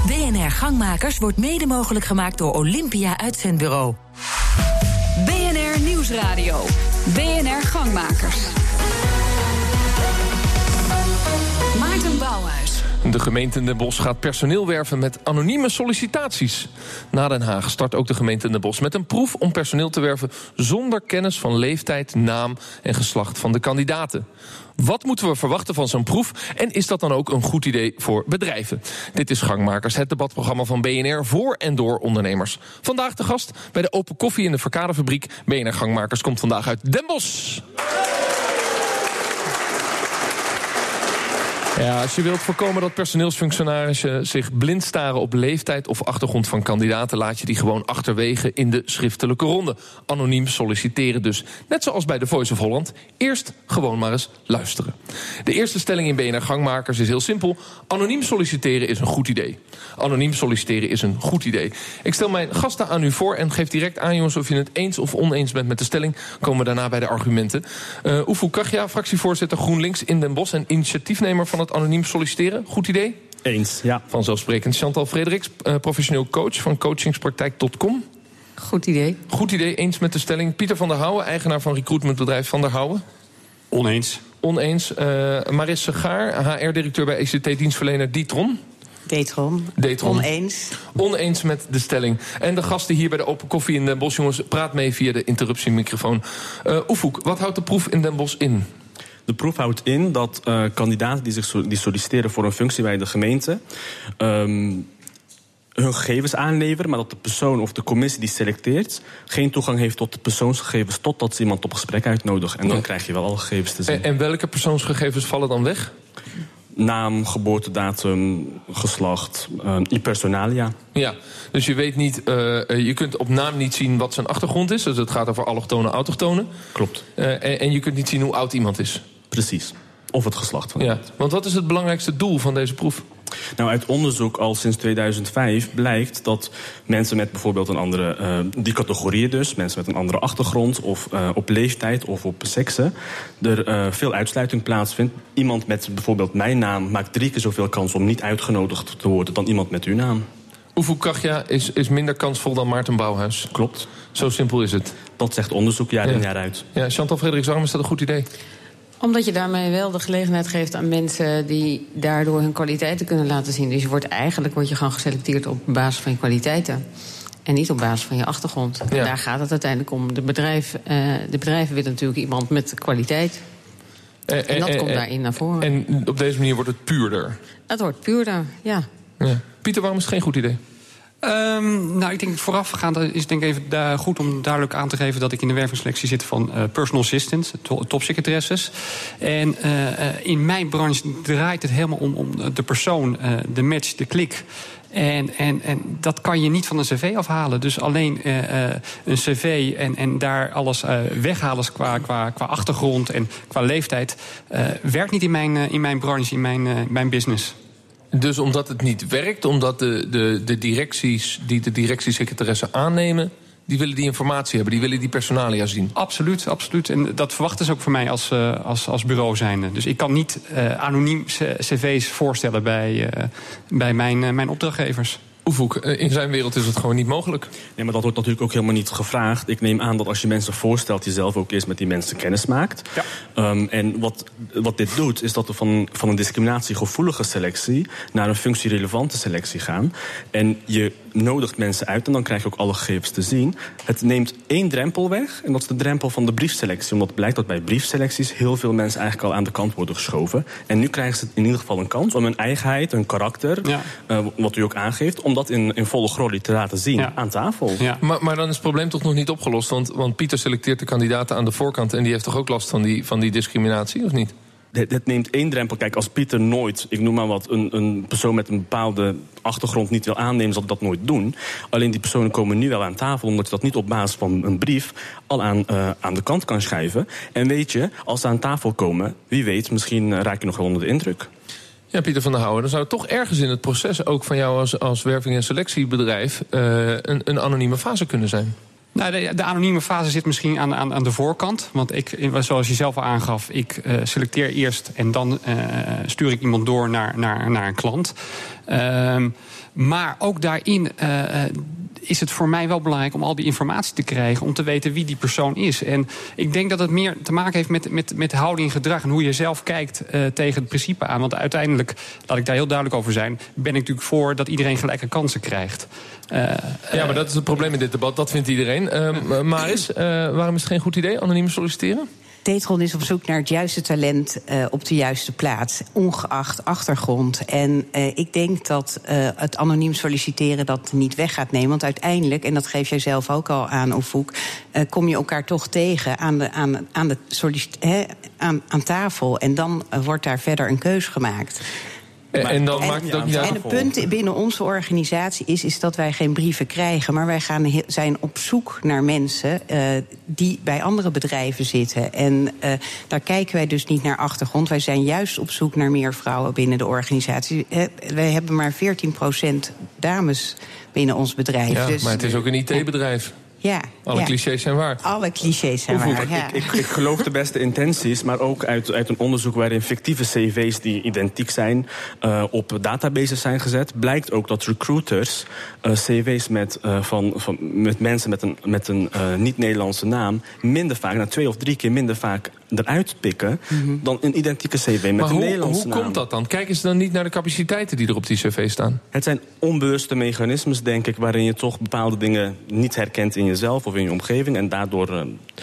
BNR Gangmakers wordt mede mogelijk gemaakt door Olympia Uitzendbureau. BNR Nieuwsradio. BNR Gangmakers. Maarten Bouwhuis. De gemeente Den Bosch gaat personeel werven met anonieme sollicitaties. Na Den Haag start ook de gemeente Den Bosch met een proef om personeel te werven zonder kennis van leeftijd, naam en geslacht van de kandidaten. Wat moeten we verwachten van zo'n proef? En is dat dan ook een goed idee voor bedrijven? Dit is Gangmakers, het debatprogramma van BNR voor en door ondernemers. Vandaag de gast bij de Open Koffie in de Verkadefabriek. BNR Gangmakers komt vandaag uit Den Bosch. Ja, als je wilt voorkomen dat personeelsfunctionarissen zich blind staren op leeftijd of achtergrond van kandidaten, laat je die gewoon achterwege in de schriftelijke ronde. Anoniem solliciteren dus. Net zoals bij The Voice of Holland. Eerst gewoon maar eens luisteren. De eerste stelling in BNR Gangmakers is heel simpel. Anoniem solliciteren is een goed idee. Anoniem solliciteren is een goed idee. Ik stel mijn gasten aan u voor en geef direct aan, jongens, of je het eens of oneens bent met de stelling. Komen we daarna bij de argumenten. Ufuk Kagja, fractievoorzitter GroenLinks in Den Bosch en initiatiefnemer van het anoniem solliciteren. Goed idee? Eens, ja. Vanzelfsprekend. Chantal Frederiks, professioneel coach van coachingspraktijk.com. Goed idee. Goed idee, eens met de stelling. Pieter van der Houwen, eigenaar van recruitmentbedrijf Van der Houwen. Oneens. Oneens. Maris Segaar, HR-directeur bij ECT-dienstverlener Detron. Detron. Oneens. Oneens met de stelling. En de gasten hier bij de Open Koffie in Den Bosch, jongens, praat mee via de interruptiemicrofoon. Ufuk, wat houdt de proef in Den Bosch in? De proef houdt in dat kandidaten die solliciteren voor een functie bij de gemeente hun gegevens aanleveren, maar dat de persoon of de commissie die selecteert geen toegang heeft tot de persoonsgegevens totdat ze iemand op gesprek uitnodigen. En dan krijg je wel alle gegevens te zien. En welke persoonsgegevens vallen dan weg? Naam, geboortedatum, geslacht, personalia. Ja, dus je weet niet, je kunt op naam niet zien wat zijn achtergrond is. Dus het gaat over allochtonen, autochtonen. Klopt. En je kunt niet zien hoe oud iemand is. Precies. Of het geslacht van iemand. Want wat is het belangrijkste doel van deze proef? Nou, uit onderzoek al sinds 2005 blijkt dat mensen met bijvoorbeeld een andere, die categorieën dus, mensen met een andere achtergrond of op leeftijd of op sekse, er veel uitsluiting plaatsvindt. Iemand met bijvoorbeeld mijn naam maakt 3 keer zoveel kans om niet uitgenodigd te worden dan iemand met uw naam. Ufuk Kagja is minder kansvol dan Maarten Bouwhuis. Klopt. Zo simpel is het. Dat zegt onderzoek jaar in jaar uit. Ja, Chantal Frederiks, waarom is dat een goed idee? Omdat je daarmee wel de gelegenheid geeft aan mensen die daardoor hun kwaliteiten kunnen laten zien. Dus eigenlijk word je gewoon geselecteerd op basis van je kwaliteiten. En niet op basis van je achtergrond. Ja. Daar gaat het uiteindelijk om. De bedrijven willen natuurlijk iemand met kwaliteit. En dat komt daarin naar voren. En op deze manier wordt het puurder? Het wordt puurder, ja. Pieter, waarom is het geen goed idee? Nou, ik denk voorafgaand is het even goed om duidelijk aan te geven dat ik in de wervingsselectie zit van personal assistants, topsecretaresses. En in mijn branche draait het helemaal om de persoon, de match, de klik. En dat kan je niet van een cv afhalen. Dus alleen een cv en daar alles weghalen qua achtergrond en qua leeftijd werkt niet in mijn branche, in mijn business. Dus omdat het niet werkt, omdat de directies die de directiesecretaressen aannemen, die willen die informatie hebben, die willen die personalia zien. Absoluut, absoluut. En dat verwachten ze ook van mij als bureau zijnde. Dus ik kan niet anoniem cv's voorstellen bij mijn opdrachtgevers. Ufuk, in zijn wereld is het gewoon niet mogelijk. Nee, maar dat wordt natuurlijk ook helemaal niet gevraagd. Ik neem aan dat als je mensen voorstelt, je zelf ook eerst met die mensen kennis maakt. Ja. En wat dit doet, is dat we van een discriminatiegevoelige selectie naar een functierelevante selectie gaan. En je nodigt mensen uit en dan krijg je ook alle gegevens te zien. Het neemt 1 drempel weg en dat is de drempel van de briefselectie. Omdat blijkt dat bij briefselecties heel veel mensen eigenlijk al aan de kant worden geschoven. En nu krijgen ze in ieder geval een kans om hun eigenheid, hun karakter, wat u ook aangeeft, om dat in volle glorie te laten zien aan tafel. Ja. Maar dan is het probleem toch nog niet opgelost? Want Pieter selecteert de kandidaten aan de voorkant en die heeft toch ook last van die discriminatie, of niet? Het neemt 1 drempel. Kijk, als Pieter nooit, ik noem maar wat, een persoon met een bepaalde achtergrond niet wil aannemen, zal dat nooit doen. Alleen die personen komen nu wel aan tafel, omdat je dat niet op basis van een brief al aan de kant kan schrijven. En weet je, als ze aan tafel komen, wie weet, misschien raak je nog wel onder de indruk. Ja, Pieter van der Houwen, dan zou het toch ergens in het proces, ook van jou als werving- en selectiebedrijf, een anonieme fase kunnen zijn. Nou, de anonieme fase zit misschien aan de voorkant. Want zoals je zelf al aangaf, ik selecteer eerst en dan stuur ik iemand door naar een klant. Maar ook daarin is het voor mij wel belangrijk om al die informatie te krijgen, om te weten wie die persoon is. En ik denk dat het meer te maken heeft met houding en gedrag en hoe je zelf kijkt tegen het principe aan. Want uiteindelijk, laat ik daar heel duidelijk over zijn, ben ik natuurlijk voor dat iedereen gelijke kansen krijgt. Ja, maar dat is het probleem in dit debat. Dat vindt iedereen. Maris, waarom is het geen goed idee, anoniem solliciteren? Tetron is op zoek naar het juiste talent op de juiste plaats, ongeacht achtergrond. En ik denk dat het anoniem solliciteren dat niet weg gaat nemen. Want uiteindelijk, en dat geef jij zelf ook al aan, Ofoek, kom je elkaar toch tegen aan tafel. En dan wordt daar verder een keus gemaakt. En dan maakt het ook niet uit. En het punt binnen onze organisatie is dat wij geen brieven krijgen, maar wij zijn op zoek naar mensen die bij andere bedrijven zitten. En daar kijken wij dus niet naar achtergrond. Wij zijn juist op zoek naar meer vrouwen binnen de organisatie. Wij hebben maar 14% dames binnen ons bedrijf. Ja, dus, maar het is ook een IT-bedrijf. Ja, Alle clichés zijn waar. Alle clichés zijn waar, ja. Ik geloof de beste intenties, maar ook uit een onderzoek waarin fictieve cv's die identiek zijn op databases zijn gezet, blijkt ook dat recruiters cv's met mensen met een niet-Nederlandse naam minder vaak, 2 of 3 keer minder vaak eruit pikken dan een identieke cv met een Nederlandse naam. Hoe komt dat dan? Kijken ze dan niet naar de capaciteiten die er op die cv staan? Het zijn onbewuste mechanismes, denk ik, waarin je toch bepaalde dingen niet herkent in jezelf of in je omgeving en daardoor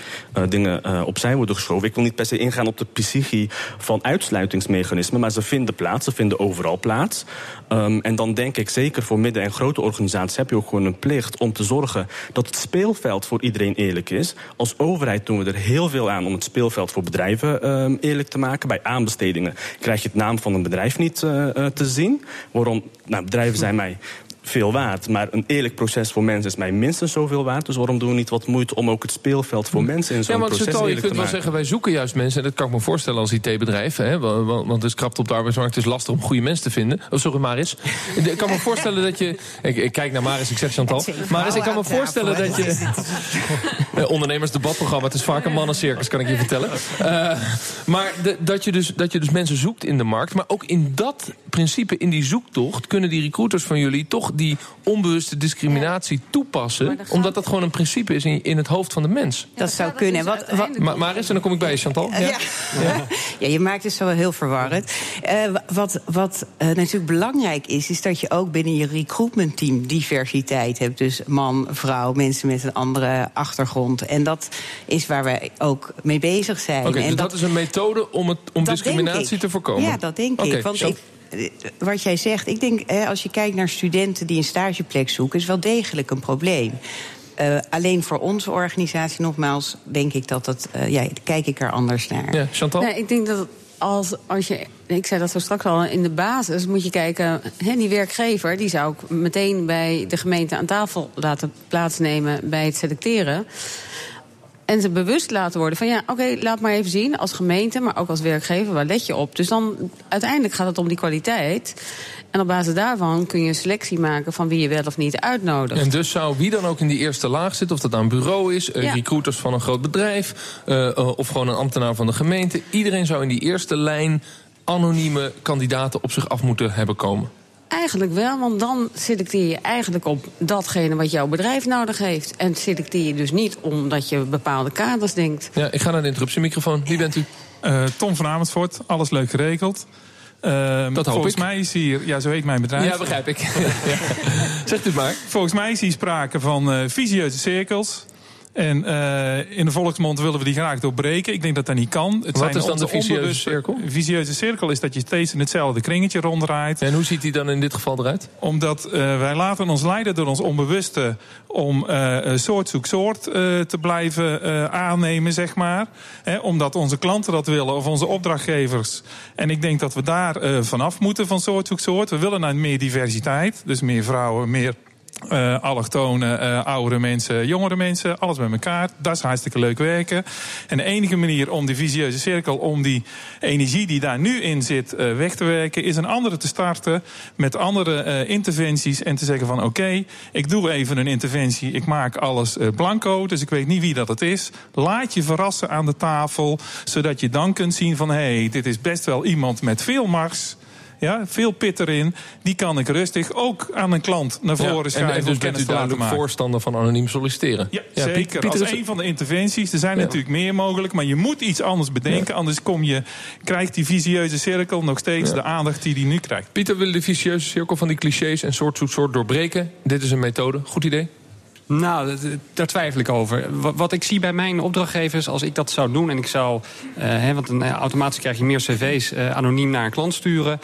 dingen opzij worden geschoven. Ik wil niet per se ingaan op de psychie van uitsluitingsmechanismen, maar ze vinden plaats, ze vinden overal plaats. En dan denk ik, zeker voor midden- en grote organisaties heb je ook gewoon een plicht om te zorgen dat het speelveld voor iedereen eerlijk is. Als overheid doen we er heel veel aan om het speelveld voor bedrijven eerlijk te maken. Bij aanbestedingen krijg je het naam van een bedrijf niet te zien. Waarom? Nou, bedrijven zijn mij veel waard, maar een eerlijk proces voor mensen is mij minstens zoveel waard. Dus waarom doen we niet wat moeite om ook het speelveld voor mensen in zo'n proces eerlijk te maken? Je kunt wel zeggen, wij zoeken juist mensen, en dat kan ik me voorstellen als IT-bedrijf, want het is krapte op de arbeidsmarkt, het is lastig om goede mensen te vinden. Oh, sorry, Maris. Ik kan me voorstellen dat je... Ik kijk naar Maris, ik zeg Chantal. Maris, ik kan me voorstellen dat je... Ondernemersdebatprogramma, het is vaak een mannencircus, kan ik je vertellen. Maar dat je dus mensen zoekt in de markt, maar ook in dat principe, in die zoektocht, kunnen die recruiters van jullie toch die onbewuste discriminatie toepassen, omdat dat gewoon een principe is in het hoofd van de mens. Dat zou kunnen. Maris, en dan kom ik bij je, Chantal. Ja, je maakt het zo heel verwarrend. Wat natuurlijk belangrijk is dat je ook binnen je recruitmentteam diversiteit hebt. Dus man, vrouw, mensen met een andere achtergrond. En dat is waar wij ook mee bezig zijn. Oké, dus dat is een methode om discriminatie te voorkomen? Ja, dat denk ik. Want wat jij zegt, ik denk, als je kijkt naar studenten die een stageplek zoeken, is wel degelijk een probleem. Alleen voor onze organisatie, nogmaals, denk ik dat kijk ik er anders naar. Ja, Chantal? Nee, ik denk dat als je, ik zei dat zo straks al, in de basis moet je kijken, die werkgever die zou ik meteen bij de gemeente aan tafel laten plaatsnemen bij het selecteren. En ze bewust laten worden van oké, laat maar even zien als gemeente, maar ook als werkgever, waar let je op? Dus dan uiteindelijk gaat het om die kwaliteit. En op basis daarvan kun je een selectie maken van wie je wel of niet uitnodigt. En dus zou wie dan ook in die eerste laag zit, of dat nou een bureau is, recruiters van een groot bedrijf, of gewoon een ambtenaar van de gemeente, iedereen zou in die eerste lijn anonieme kandidaten op zich af moeten hebben komen. Eigenlijk wel, want dan selecteer je eigenlijk op datgene wat jouw bedrijf nodig heeft. En selecteer je dus niet omdat je bepaalde kaders denkt. Ja, ik ga naar de interruptiemicrofoon. Wie bent u? Tom van Amersfoort, alles leuk geregeld. Dat hoop volgens mij is hier, zo heet mijn bedrijf. Ja, begrijp ik. Zegt u maar. Volgens mij is hier sprake van visieuze cirkels. En in de volksmond willen we die graag doorbreken. Ik denk dat dat niet kan. Wat is dan de visieuze cirkel? Een visieuze cirkel is dat je steeds in hetzelfde kringetje ronddraait. En hoe ziet die dan in dit geval eruit? Omdat wij laten ons leiden door ons onbewuste om soort zoek soort te blijven aannemen, zeg maar. Omdat onze klanten dat willen of onze opdrachtgevers. En ik denk dat we daar vanaf moeten van soort zoek soort. We willen naar meer diversiteit. Dus meer vrouwen, meer allochtone, oudere mensen, jongere mensen, alles bij elkaar. Dat is hartstikke leuk werken. En de enige manier om die visieuze cirkel, om die energie die daar nu in zit weg te werken, is een andere te starten met andere interventies en te zeggen van oké, ik doe even een interventie, ik maak alles blanco, dus ik weet niet wie dat het is. Laat je verrassen aan de tafel, zodat je dan kunt zien van dit is best wel iemand met veel mars. ja, veel pit erin, die kan ik rustig ook aan een klant naar voren schrijven. En dus bent u duidelijk voorstander van anoniem solliciteren? Ja, zeker. Pieter, als een van de interventies. Er zijn natuurlijk meer mogelijk, maar je moet iets anders bedenken. Anders krijgt die vicieuze cirkel nog steeds de aandacht die die nu krijgt. Pieter wil de vicieuze cirkel van die clichés en soort doorbreken. Dit is een methode. Goed idee? Nou, daar twijfel ik over. Wat ik zie bij mijn opdrachtgevers, als ik dat zou doen en ik zou... want automatisch krijg je meer cv's anoniem naar een klant sturen...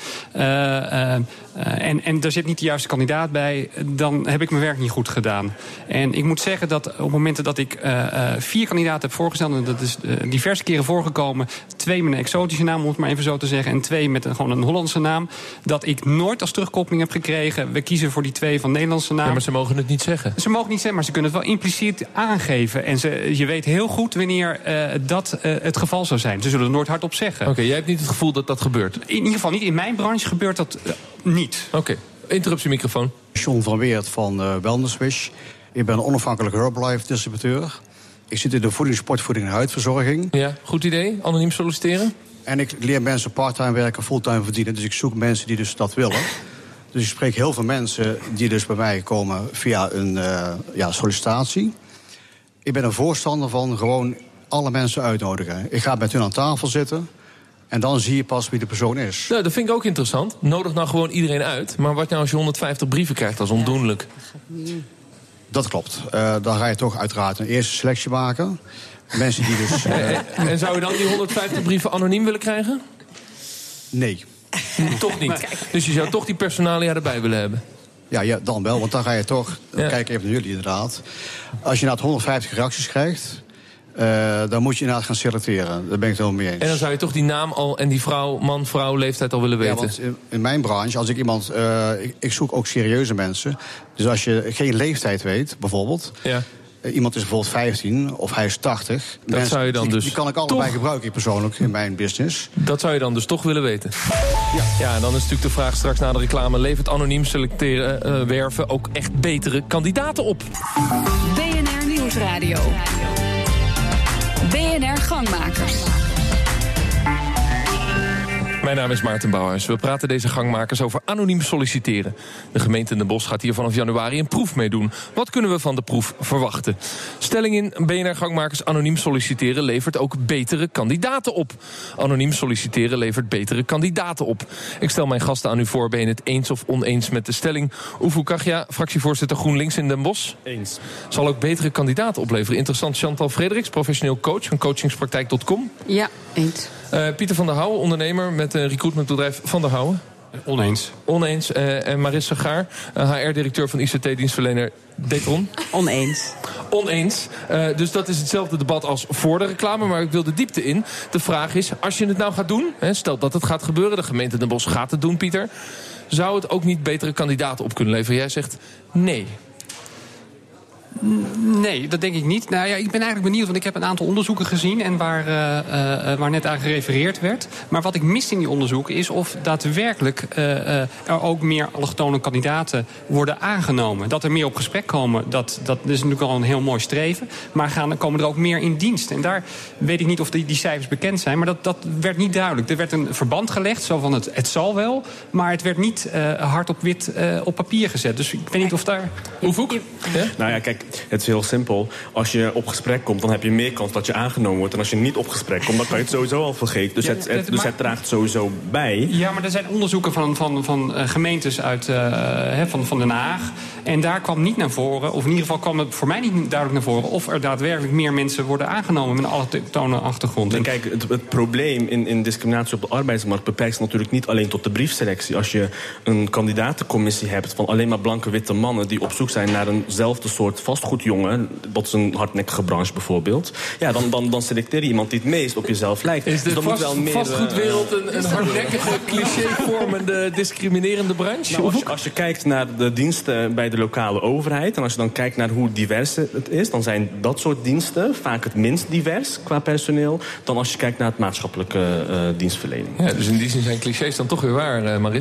en er zit niet de juiste kandidaat bij... dan heb ik mijn werk niet goed gedaan. En ik moet zeggen dat op momenten dat ik 4 kandidaten heb voorgesteld... en dat is diverse keren voorgekomen... 2 met een exotische naam, om het maar even zo te zeggen... en 2 met gewoon een Hollandse naam... dat ik nooit als terugkoppeling heb gekregen... we kiezen voor die 2 van Nederlandse naam. Ja, maar ze mogen het niet zeggen. Ze mogen niet zeggen, maar ze kunnen het wel impliciet aangeven. En je weet heel goed wanneer dat het geval zou zijn. Ze zullen er nooit hardop zeggen. Oké, jij hebt niet het gevoel dat dat gebeurt? In ieder geval niet. In mijn branche gebeurt dat niet. Oké. Interruptiemicrofoon. John van Weert van Wellnesswish. Ik ben een onafhankelijk Herbalife-distributeur. Ik zit in de voeding, sportvoeding en huidverzorging. Ja, goed idee. Anoniem solliciteren. En ik leer mensen parttime werken, fulltime verdienen. Dus ik zoek mensen die dus dat willen. Dus ik spreek heel veel mensen die dus bij mij komen via een sollicitatie. Ik ben een voorstander van gewoon alle mensen uitnodigen. Ik ga met hun aan tafel zitten... en dan zie je pas wie de persoon is. Nou, dat vind ik ook interessant. Nodig nou gewoon iedereen uit. Maar wat nou als je 150 brieven krijgt, dat is ondoenlijk. Dat klopt. Dan ga je toch uiteraard een eerste selectie maken. Mensen die dus... En zou je dan die 150 brieven anoniem willen krijgen? Nee. Toch niet? Dus je zou toch die personalia erbij willen hebben? Ja, dan wel, want dan ga je toch... Kijk even naar jullie inderdaad. Als je inderdaad 150 reacties krijgt... dan moet je inderdaad gaan selecteren. Daar ben ik het wel mee eens. En dan zou je toch die naam al en die vrouw, man, vrouw, leeftijd al willen weten? Ja, want in mijn branche, als ik iemand... ik zoek ook serieuze mensen. Dus als je geen leeftijd weet, bijvoorbeeld... Ja. Iemand is bijvoorbeeld 15 of hij is 80. Dat mensen, zou je dan dus die kan ik allebei gebruiken persoonlijk in mijn business. Dat zou je dan dus toch willen weten? Ja, en dan is natuurlijk de vraag straks na de reclame... levert anoniem selecteren, werven ook echt betere kandidaten op? BNR Nieuwsradio. BNR Gangmakers. Mijn naam is Maarten Bouwhuis. We praten deze gangmakers over anoniem solliciteren. De gemeente Den Bosch gaat hier vanaf januari een proef mee doen. Wat kunnen we van de proef verwachten? Stelling in BNR Gangmakers: anoniem solliciteren levert ook betere kandidaten op. Anoniem solliciteren levert betere kandidaten op. Ik stel mijn gasten aan u voor. Ben je het eens of oneens met de stelling? Oefu Kagja, fractievoorzitter GroenLinks in Den Bosch. Eens. Zal ook betere kandidaten opleveren. Interessant. Chantal Frederiks, professioneel coach van coachingspraktijk.com. Ja, eens. Pieter van der Houwen, ondernemer met een recruitmentbedrijf Van der Houwen. Oneens. Oneens. En Marissa Gaar, HR-directeur van ICT-dienstverlener Detron. Oneens. Oneens. Dus dat is hetzelfde debat als voor de reclame, maar ik wil de diepte in. De vraag is, als je het nou gaat doen, stel dat het gaat gebeuren, de gemeente Den Bosch gaat het doen, Pieter, zou het ook niet betere kandidaten op kunnen leveren? Jij zegt nee. Nee, dat denk ik niet. Nou ja, ik ben eigenlijk benieuwd, want ik heb een aantal onderzoeken gezien... en waar net aan gerefereerd werd. Maar wat ik mis in die onderzoeken is of daadwerkelijk... er ook meer allochtone kandidaten worden aangenomen. Dat er meer op gesprek komen, dat is natuurlijk al een heel mooi streven. Maar komen er ook meer in dienst. En daar weet ik niet of die cijfers bekend zijn... maar dat werd niet duidelijk. Er werd een verband gelegd, zo van het zal wel... maar het werd niet hard op wit op papier gezet. Dus ik weet niet of daar... Hoeveel? Ja? Nou ja, kijk... Het is heel simpel. Als je op gesprek komt, dan heb je meer kans dat je aangenomen wordt. En als je niet op gesprek komt, dan kan je het sowieso al vergeten. Dus, het draagt sowieso bij. Ja, maar er zijn onderzoeken van gemeentes uit van Den Haag. En daar kwam niet naar voren, of in ieder geval kwam het voor mij niet duidelijk naar voren... of er daadwerkelijk meer mensen worden aangenomen met een allochtone achtergrond. En kijk, het probleem in discriminatie op de arbeidsmarkt... beperkt zich natuurlijk niet alleen tot de briefselectie. Als je een kandidatencommissie hebt van alleen maar blanke witte mannen... die op zoek zijn naar eenzelfde soort vastgoedjongen... dat is een hardnekkige branche bijvoorbeeld... ja, dan selecteer je iemand die het meest op jezelf lijkt. Is de vastgoedwereld een hardnekkige, clichévormende, discriminerende branche? Nou, als je kijkt naar de diensten bij de lokale overheid... en als je dan kijkt naar hoe divers het is... dan zijn dat soort diensten vaak het minst divers qua personeel... dan als je kijkt naar het maatschappelijke dienstverlening. Ja, dus in die zin zijn clichés dan toch weer waar, Maris?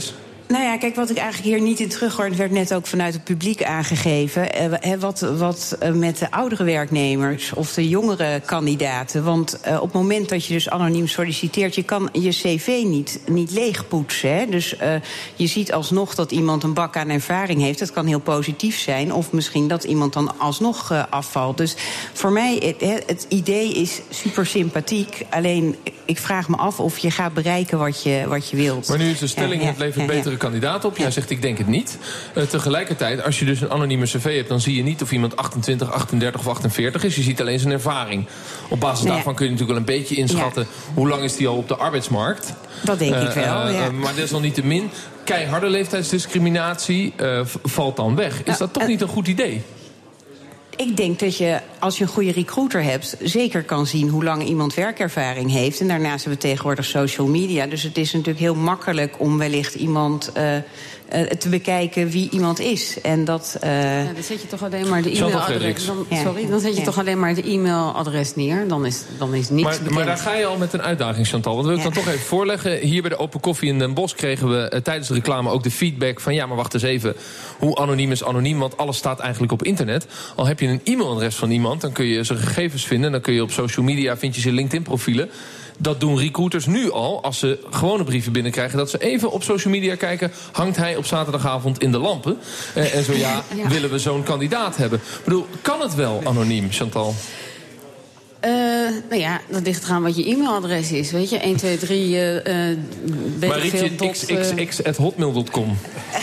Nou ja, kijk, wat ik eigenlijk hier niet in terughoor... het werd net ook vanuit het publiek aangegeven... wat met de oudere werknemers of de jongere kandidaten. Want op het moment dat je dus anoniem solliciteert... je kan je cv niet leegpoetsen. Hè? Dus je ziet alsnog dat iemand een bak aan ervaring heeft. Dat kan heel positief zijn. Of misschien dat iemand dan alsnog afvalt. Dus voor mij, het idee is super sympathiek. Alleen, ik vraag me af of je gaat bereiken wat je wilt. Maar nu is de stelling, het levert betere kandidaat op. Jij zegt, ik denk het niet. Tegelijkertijd, als je dus een anonieme cv hebt... dan zie je niet of iemand 28, 38 of 48 is. Je ziet alleen zijn ervaring. Op basis daarvan kun je natuurlijk wel een beetje inschatten... hoe lang is die al op de arbeidsmarkt. Dat denk ik wel, Maar desalniettemin, keiharde leeftijdsdiscriminatie valt dan weg. Is dat toch niet een goed idee? Ik denk dat je, als je een goede recruiter hebt... zeker kan zien hoe lang iemand werkervaring heeft. En daarnaast hebben we tegenwoordig social media. Dus het is natuurlijk heel makkelijk om wellicht iemand... te bekijken wie iemand is. En dat... dan zet je toch alleen maar de e-mailadres. Dan zet je toch alleen maar de e-mailadres neer. Dan is niks bekend. Maar daar ga je al met een uitdaging, Chantal. Dat wil ik dan toch even voorleggen. Hier bij de Open Koffie in Den Bosch kregen we tijdens de reclame ook de feedback van... ja, maar wacht eens even. Hoe anoniem is anoniem? Want alles staat eigenlijk op internet. Al heb je een e-mailadres van iemand, dan kun je zijn gegevens vinden. Dan kun je op social media, vind je zijn LinkedIn-profielen. Dat doen recruiters nu al, als ze gewone brieven binnenkrijgen... dat ze even op social media kijken... hangt hij op zaterdagavond in de lampen? En zo willen we zo'n kandidaat hebben. Ik bedoel, kan het wel anoniem, Chantal? Nou ja, dat ligt eraan wat je e-mailadres is. Weet je, 1, 2, 3... Marietje xxx@hotmail.com.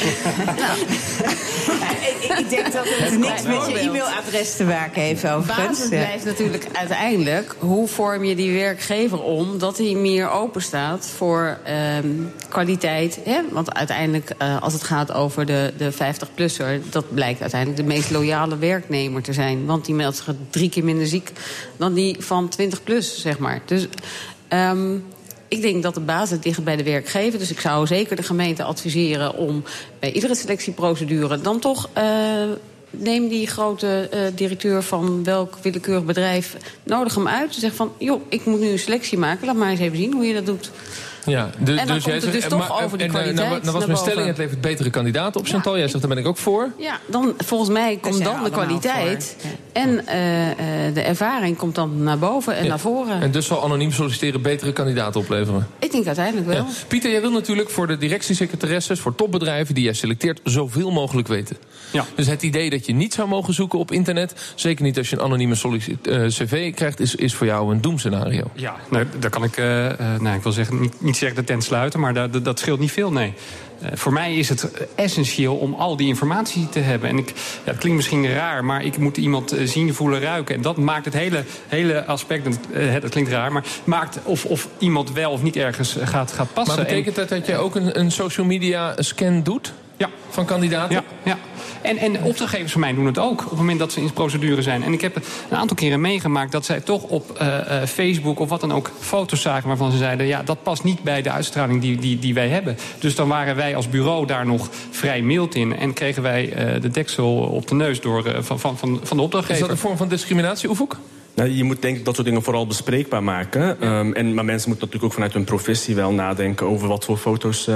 Ik denk dat het niks met je e-mailadres te maken heeft, overigens. Basis blijft natuurlijk uiteindelijk... hoe vorm je die werkgever om... dat hij meer open staat voor kwaliteit. Hè? Want uiteindelijk, als het gaat over de 50-plusser... dat blijkt uiteindelijk de meest loyale werknemer te zijn. Want die meldt zich 3 keer minder ziek... dan die van 20-plus, zeg maar. Dus... ik denk dat de basis ligt bij de werkgever. Dus ik zou zeker de gemeente adviseren om bij iedere selectieprocedure... dan toch neem die grote directeur van welk willekeurig bedrijf... nodig hem uit en zeg van, joh, ik moet nu een selectie maken. Laat maar eens even zien hoe je dat doet. Ja, en dan komt het dus toch over die kwaliteit. Nou was mijn stelling, het levert betere kandidaten op, Chantal. Jij zegt, daar ben ik ook voor. Ja, dan volgens mij komt dan de kwaliteit. En de ervaring komt dan naar boven en naar voren. En dus zal anoniem solliciteren betere kandidaten opleveren? Ik denk uiteindelijk wel. Ja. Pieter, jij wil natuurlijk voor de directiesecretaresses... voor topbedrijven die jij selecteert, zoveel mogelijk weten. Ja. Dus het idee dat je niet zou mogen zoeken op internet... zeker niet als je een anonieme cv krijgt... is voor jou een doemscenario. Ja, nou, daar kan ik, ik wil zeggen, niet zeggen de tent sluiten... maar dat scheelt niet veel, nee. Voor mij is het essentieel om al die informatie te hebben. En het klinkt misschien raar, maar ik moet iemand zien, voelen, ruiken. En dat maakt het hele aspect, het klinkt raar... maar maakt of iemand wel of niet ergens gaat passen. Maar betekent dat jij ook een social media scan doet? Ja. Van kandidaten? Ja. En opdrachtgevers van mij doen het ook op het moment dat ze in procedure zijn. En ik heb een aantal keren meegemaakt dat zij toch op Facebook of wat dan ook foto's zagen waarvan ze zeiden, ja, dat past niet bij de uitstraling die wij hebben. Dus dan waren wij als bureau daar nog vrij mild in en kregen wij de deksel op de neus van de opdrachtgever. Is dat een vorm van discriminatie, Oefoek? Nou, je moet denk ik dat soort dingen vooral bespreekbaar maken. Maar mensen moeten natuurlijk ook vanuit hun professie wel nadenken over wat voor foto's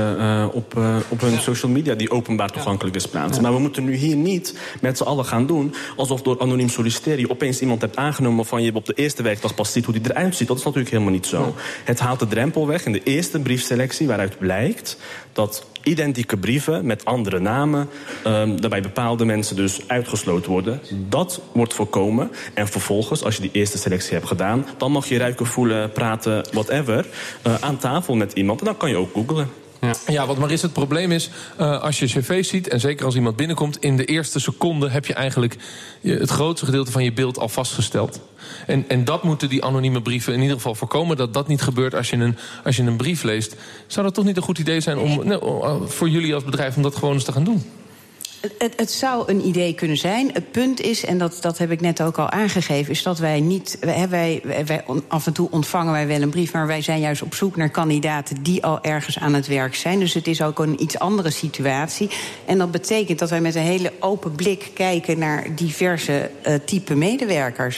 op hun social media die openbaar toegankelijk is plaatsen. Ja. Maar we moeten nu hier niet met z'n allen gaan doen alsof door anoniem solliciteren je opeens iemand hebt aangenomen waarvan je op de eerste werkdag pas ziet hoe die eruit ziet. Dat is natuurlijk helemaal niet zo. Ja. Het haalt de drempel weg in de eerste briefselectie waaruit blijkt dat identieke brieven met andere namen, daarbij bepaalde mensen dus uitgesloten worden. Dat wordt voorkomen. En vervolgens, als je die eerste selectie hebt gedaan, dan mag je ruiken, voelen, praten, whatever, aan tafel met iemand. En dan kan je ook googlen. Ja, wat maar is het probleem is, als je cv ziet, en zeker als iemand binnenkomt, in de eerste seconde heb je eigenlijk het grootste gedeelte van je beeld al vastgesteld. En dat moeten die anonieme brieven in ieder geval voorkomen, dat dat niet gebeurt als je een brief leest. Zou dat toch niet een goed idee zijn voor jullie als bedrijf om dat gewoon eens te gaan doen? Het zou een idee kunnen zijn. Het punt is, en dat heb ik net ook al aangegeven, is dat wij niet. Wij af en toe ontvangen wij wel een brief, maar wij zijn juist op zoek naar kandidaten die al ergens aan het werk zijn. Dus het is ook een iets andere situatie. En dat betekent dat wij met een hele open blik kijken naar diverse type medewerkers.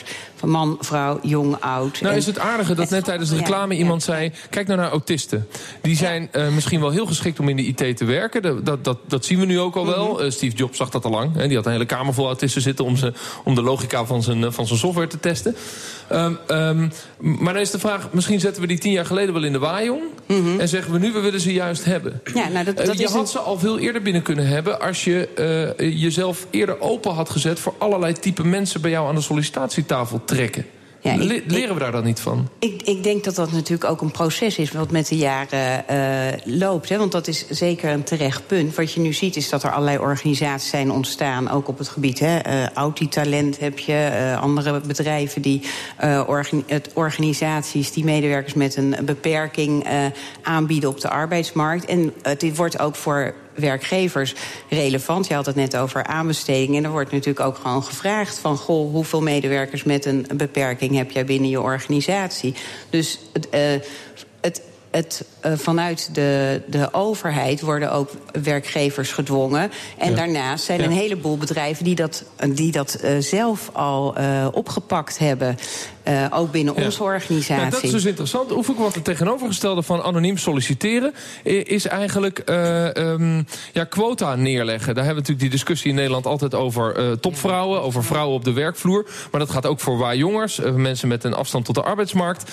man, vrouw, jong, oud. Nou is het aardige dat net tijdens de reclame iemand zei... kijk nou naar autisten. Die zijn misschien wel heel geschikt om in de IT te werken. Dat zien we nu ook al wel. Steve Jobs zag dat al lang. Die had een hele kamer vol autisten zitten... om de logica van zijn software te testen. Maar dan is de vraag... misschien zetten we die 10 jaar geleden wel in de waaijong... en zeggen we nu, we willen ze juist hebben. Ja, nou, je had ze al veel eerder binnen kunnen hebben... als je jezelf eerder open had gezet... voor allerlei type mensen bij jou aan de sollicitatietafel trekken. Ja, leren we daar dan niet van? Ik denk dat dat natuurlijk ook een proces is... wat met de jaren loopt. Hè? Want dat is zeker een terecht punt. Wat je nu ziet is dat er allerlei organisaties zijn ontstaan... ook op het gebied. Audi-talent heb je, andere bedrijven... die organisaties die medewerkers met een beperking aanbieden op de arbeidsmarkt. En dit wordt ook voor werkgevers relevant. Je had het net over aanbesteding. En er wordt natuurlijk ook gewoon gevraagd van... goh, hoeveel medewerkers met een beperking heb jij binnen je organisatie? Dus vanuit de overheid worden ook werkgevers gedwongen. En daarnaast zijn een heleboel bedrijven die dat zelf al opgepakt hebben. Ook binnen onze organisatie. Nou, dat is dus interessant. Oefek, want het tegenovergestelde van anoniem solliciteren... is eigenlijk quota neerleggen. Daar hebben we natuurlijk die discussie in Nederland altijd over topvrouwen... over vrouwen op de werkvloer. Maar dat gaat ook voor waaijongers, mensen met een afstand tot de arbeidsmarkt...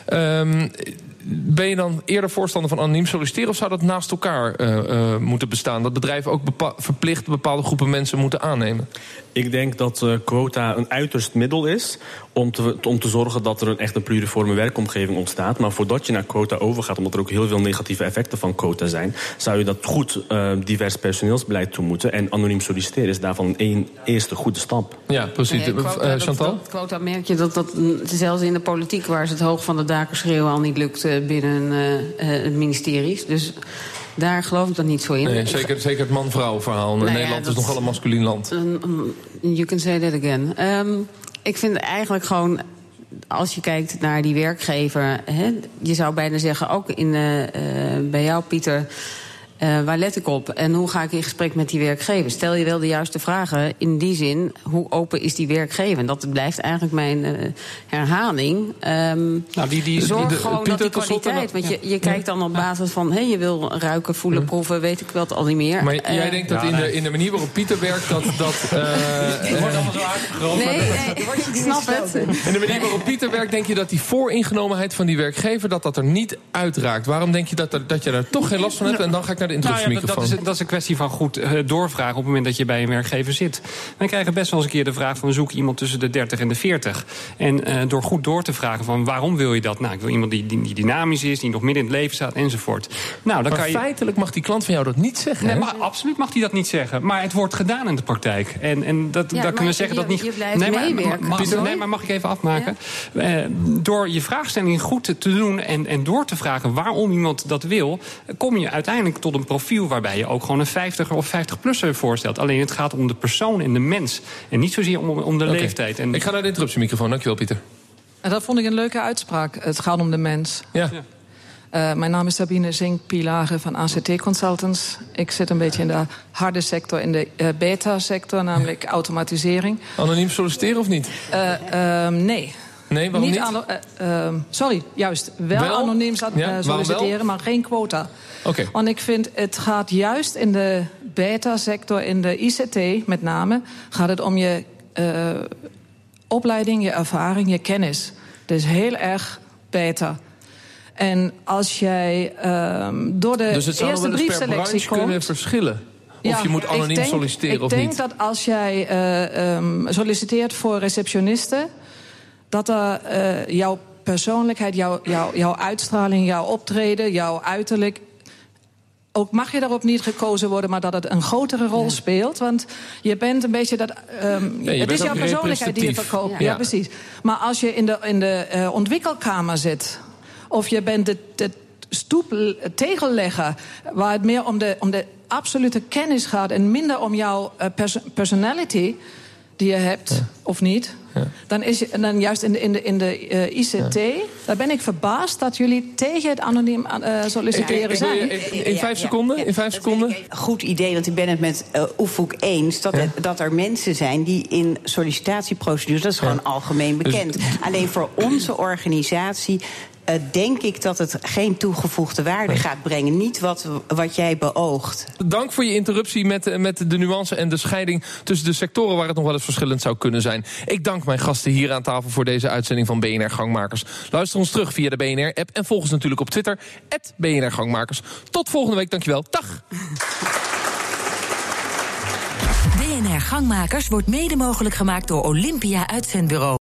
Ben je dan eerder voorstander van anoniem solliciteren... of zou dat naast elkaar moeten bestaan? Dat bedrijven ook verplicht bepaalde groepen mensen moeten aannemen? Ik denk dat quota een uiterst middel is... om te zorgen dat er echt een pluriforme werkomgeving ontstaat. Maar voordat je naar quota overgaat... omdat er ook heel veel negatieve effecten van quota zijn... zou je dat goed divers personeelsbeleid toe moeten. En anoniem solliciteren is daarvan een eerste goede stap. Ja, precies. Chantal? Quota merk je dat zelfs in de politiek... waar ze het hoog van de daken schreeuwen al niet lukt... binnen het ministeries. Dus daar geloof ik dan niet zo in. Nee, zeker het man-vrouw verhaal. Nederland is nogal een masculien land. You can say that again. Ik vind eigenlijk gewoon... als je kijkt naar die werkgever... je zou bijna zeggen, ook bij jou, Pieter... waar let ik op en hoe ga ik in gesprek met die werkgever? Stel je wel de juiste vragen in die zin, hoe open is die werkgever? En dat blijft eigenlijk mijn herhaling. Zorg gewoon dat die kwaliteit, want je kijkt dan op basis van... je wil ruiken, voelen, proeven, weet ik wat al niet meer. Maar jij denkt dat in de manier waarop Pieter werkt... dat wordt allemaal zo uitgegroot. Nee, ik snap het. In de manier waarop Pieter werkt, denk je dat die vooringenomenheid van die werkgever... dat er niet uitraakt? Waarom denk je dat je daar toch geen last van hebt? En dan ga ik naar de introductiemicrofoon. Dat is een kwestie van goed doorvragen op het moment dat je bij een werkgever zit. Wij krijgen best wel eens een keer de vraag van... zoek iemand tussen de 30 en de 40. En door goed door te vragen van waarom wil je dat? Nou, ik wil iemand die dynamisch is, die nog midden in het leven staat, enzovoort. Nou, dan maar feitelijk mag die klant van jou dat niet zeggen. Nee, maar absoluut mag hij dat niet zeggen. Maar het wordt gedaan in de praktijk. En dat kunnen we zeggen dat niet... Je blijft meewerken. Maar mag ik even afmaken? Ja? Door je vraagstelling goed te doen en door te vragen waarom iemand dat wil... kom je uiteindelijk tot een profiel waarbij je ook gewoon een 50er of 50-plusser voorstelt. Alleen het gaat om de persoon en de mens. En niet zozeer om de leeftijd. Ik ga naar de interruptiemicrofoon. Dankjewel, Pieter. Dat vond ik een leuke uitspraak. Het gaat om de mens. Ja. Mijn naam is Sabine Zink-Pielage van ACT Consultants. Ik zit een beetje in de harde sector, in de beta-sector, namelijk automatisering. Anoniem solliciteren of niet? Nee. Nee, waarom niet? Sorry, juist. Wel anoniem solliciteren, maar geen quota. Okay. Want ik vind, het gaat juist in de beta-sector, in de ICT met name... gaat het om je opleiding, je ervaring, je kennis. Dus heel erg beta. En als jij door de eerste briefselectie komt... kunnen verschillen? Of je moet anoniem solliciteren of niet? Ik denk dat als jij solliciteert voor receptionisten... dat jouw persoonlijkheid, jouw uitstraling, jouw optreden, jouw uiterlijk... ook mag je daarop niet gekozen worden, maar dat het een grotere rol speelt. Want je bent een beetje dat... het is jouw persoonlijkheid die je verkoopt. Ja, precies. Maar als je in de ontwikkelkamer zit... of je bent de tegellegger... waar het meer om de absolute kennis gaat... en minder om jouw personality... die je hebt, of niet... Dan juist in de ICT, daar ben ik verbaasd dat jullie tegen het anoniem solliciteren zijn. In 5 seconden? In 5 seconden? Een goed idee, want ik ben het met Oefoek eens... dat er mensen zijn die in sollicitatieprocedures... dat is gewoon algemeen bekend. Alleen voor onze organisatie... denk ik dat het geen toegevoegde waarde gaat brengen. Niet wat jij beoogt. Dank voor je interruptie met de nuance en de scheiding... tussen de sectoren waar het nog wel eens verschillend zou kunnen zijn. Ik dank mijn gasten hier aan tafel voor deze uitzending van BNR Gangmakers. Luister ons terug via de BNR-app en volg ons natuurlijk op Twitter... @BNR Gangmakers. Tot volgende week, dankjewel. Dag! BNR Gangmakers wordt mede mogelijk gemaakt door Olympia Uitzendbureau.